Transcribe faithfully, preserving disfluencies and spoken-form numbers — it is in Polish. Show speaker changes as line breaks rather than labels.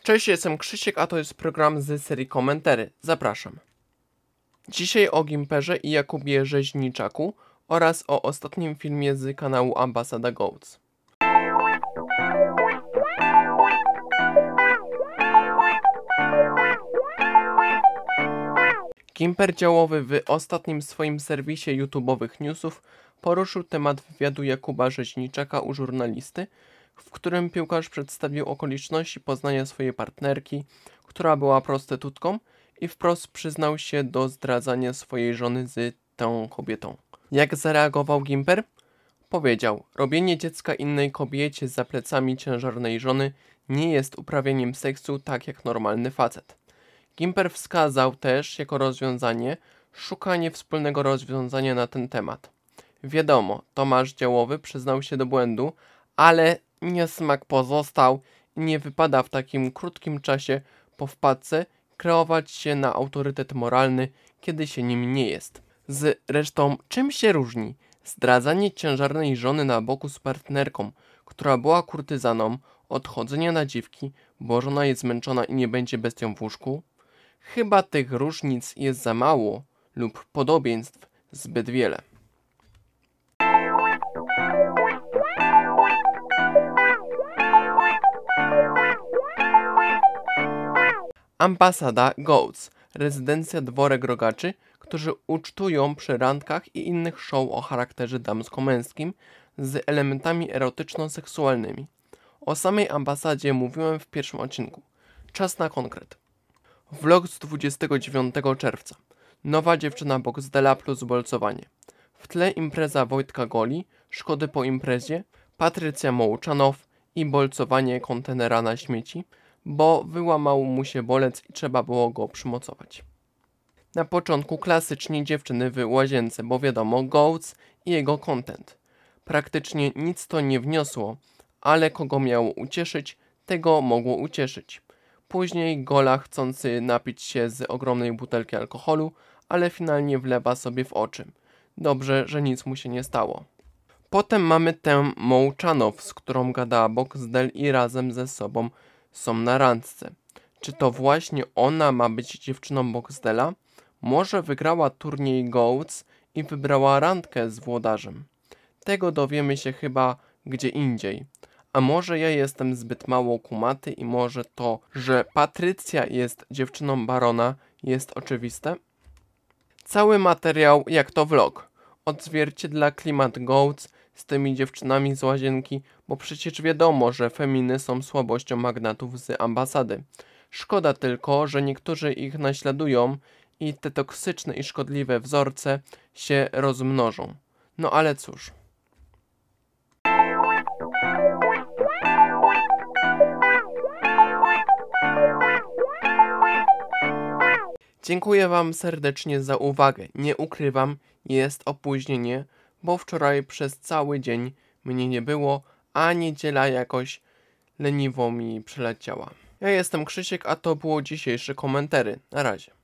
Cześć, jestem Krzysiek, a to jest program z serii Komentary. Zapraszam. Dzisiaj o Gimperze i Jakubie Rzeźniczaku oraz o ostatnim filmie z kanału Ambasada Goats. Gimper Działowy w ostatnim swoim serwisie YouTube'owych newsów poruszył temat wywiadu Jakuba Rzeźniczaka u żurnalisty, w którym piłkarz przedstawił okoliczności poznania swojej partnerki, która była prostytutką, i wprost przyznał się do zdradzania swojej żony z tą kobietą. Jak zareagował Gimper? Powiedział: robienie dziecka innej kobiecie za plecami ciężarnej żony nie jest uprawianiem seksu tak jak normalny facet. Gimper wskazał też jako rozwiązanie szukanie wspólnego rozwiązania na ten temat. Wiadomo, Tomasz Działowy przyznał się do błędu, ale niesmak pozostał i nie wypada w takim krótkim czasie po wpadce kreować się na autorytet moralny, kiedy się nim nie jest. Zresztą czym się różni zdradzanie ciężarnej żony na boku z partnerką, która była kurtyzaną, od chodzenia na dziwki, bo żona jest zmęczona i nie będzie bestią w łóżku? Chyba tych różnic jest za mało lub podobieństw zbyt wiele. Ambasada Goats, rezydencja dworek rogaczy, którzy ucztują przy randkach i innych show o charakterze damsko-męskim z elementami erotyczno-seksualnymi. O samej ambasadzie mówiłem w pierwszym odcinku. Czas na konkret. Vlog z dwudziestego dziewiątego czerwca. Nowa dziewczyna Boxdela plus bolcowanie. W tle impreza Wojtka Goli, szkody po imprezie, Patrycja Mołczanow i bolcowanie kontenera na śmieci, bo wyłamał mu się bolec i trzeba było go przymocować. Na początku klasycznie dziewczyny w łazience, bo wiadomo, Goats i jego content. Praktycznie nic to nie wniosło, ale kogo miało ucieszyć, tego mogło ucieszyć. Później Gola chcący napić się z ogromnej butelki alkoholu, ale finalnie wlewa sobie w oczy. Dobrze, że nic mu się nie stało. Potem mamy tę Mołczanow, z którą gadała Boxdel i razem ze sobą są na randce. Czy to właśnie ona ma być dziewczyną Boxdela? Może wygrała turniej Goats i wybrała randkę z włodarzem? Tego dowiemy się chyba gdzie indziej. A może ja jestem zbyt mało kumaty i może to, że Patrycja jest dziewczyną barona, jest oczywiste? Cały materiał jak to vlog. Odzwierciedla klimat Goats z tymi dziewczynami z łazienki, bo przecież wiadomo, że feminy są słabością magnatów z ambasady. Szkoda tylko, że niektórzy ich naśladują i te toksyczne i szkodliwe wzorce się rozmnożą. No ale cóż. Dziękuję Wam serdecznie za uwagę. Nie ukrywam, jest opóźnienie, bo wczoraj przez cały dzień mnie nie było, a niedziela jakoś leniwo mi przeleciała. Ja jestem Krzysiek, a to było dzisiejsze komentary. Na razie.